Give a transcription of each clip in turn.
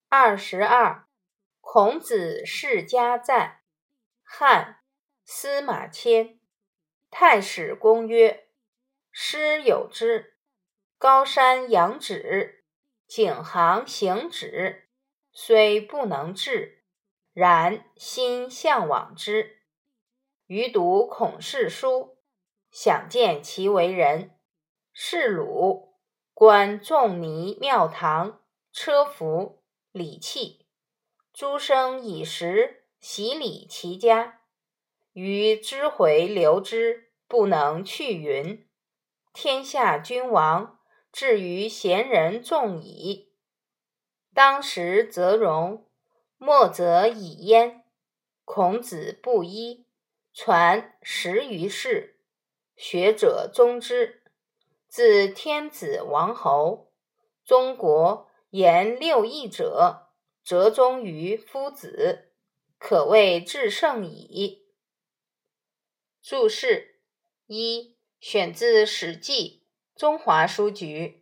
22。孔子世家赞。汉司马迁。太史公曰：师有之，高山仰止，景行行止，虽不能至，然心向往之。余读孔氏书，想见其为人。是鲁，观仲尼庙堂，车服礼器，诸生以时洗礼其家。余知回留之，不能去云。天下君王，至于贤人众矣。当时则荣，末则已焉。孔子不一，传10余世，学者宗之。自天子王侯，宗国言6艺者，折中于夫子，可谓至圣矣。注释一，选自《史记》中华书局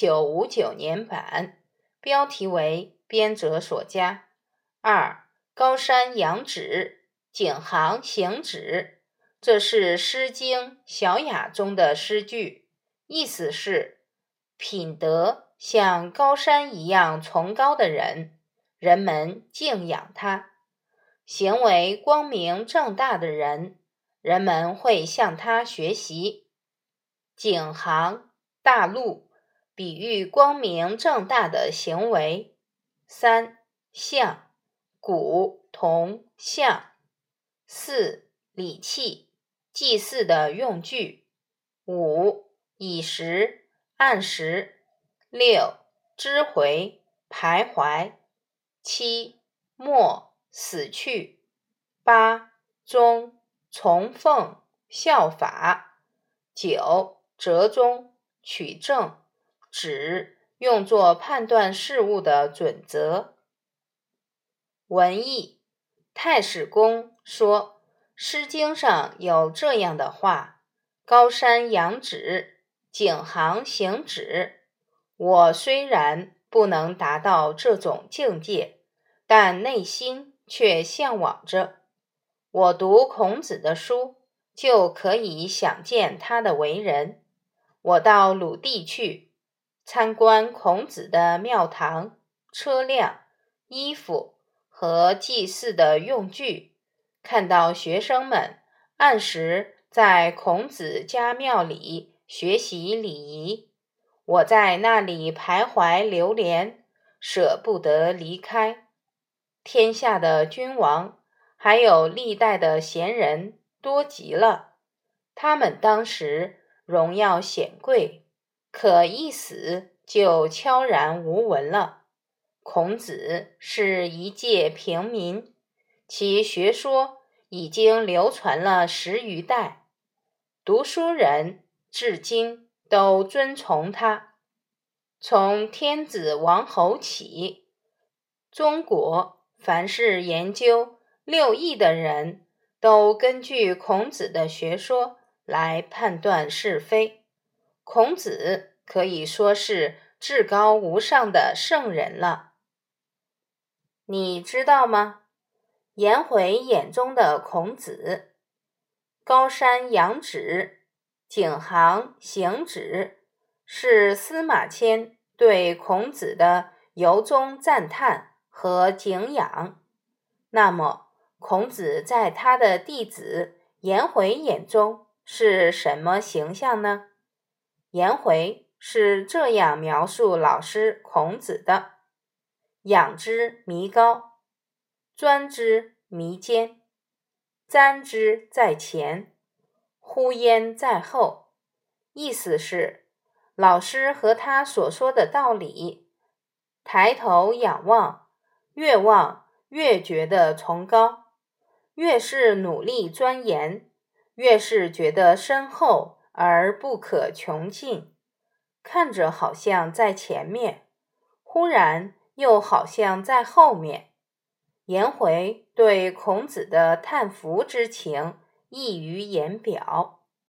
1959年版，标题为编者所加。2，高山仰止，景行行止，这是《诗经·小雅》中的诗句，意思是品德像高山一样崇高的人，人们敬仰他；行为光明正大的人，人们会向他学习。景行、大陆，比喻光明正大的行为。3，象，鼓、铜、象。4，礼器，祭祀的用具。5，以时，按时。6，知回，徘徊。7，末，死去。8，忠，从奉，效法。9，折中，取证，止，用作判断事物的准则。文义，太史公说，诗经上有这样的话：高山仰止，景行行止。我虽然不能达到这种境界，但内心却向往着。我读孔子的书，就可以想见他的为人。我到鲁地去，参观孔子的庙堂、车辆、衣服和祭祀的用具，看到学生们按时在孔子家庙里学习礼仪。我在那里徘徊流连，舍不得离开。天下的君王，还有历代的贤人多极了，他们当时荣耀显贵，可一死就悄然无闻了。孔子是一介平民，其学说已经流传了10余代，读书人至今都尊崇他。从天子王侯起，中国凡是研究6艺的人，都根据孔子的学说来判断是非。孔子可以说是至高无上的圣人了。你知道吗？颜回眼中的孔子，高山仰止，景行行止，是司马迁对孔子的由衷赞叹和敬仰。那么，孔子在他的弟子颜回眼中是什么形象呢？颜回是这样描述老师孔子的：仰之弥高，专之弥坚，瞻之在前，呼焉在后。意思是，老师和他所说的道理，抬头仰望，越望越觉得崇高，越是努力钻研，越是觉得深厚而不可穷尽，看着好像在前面，忽然又好像在后面。颜回对孔子的叹服之情溢于言表。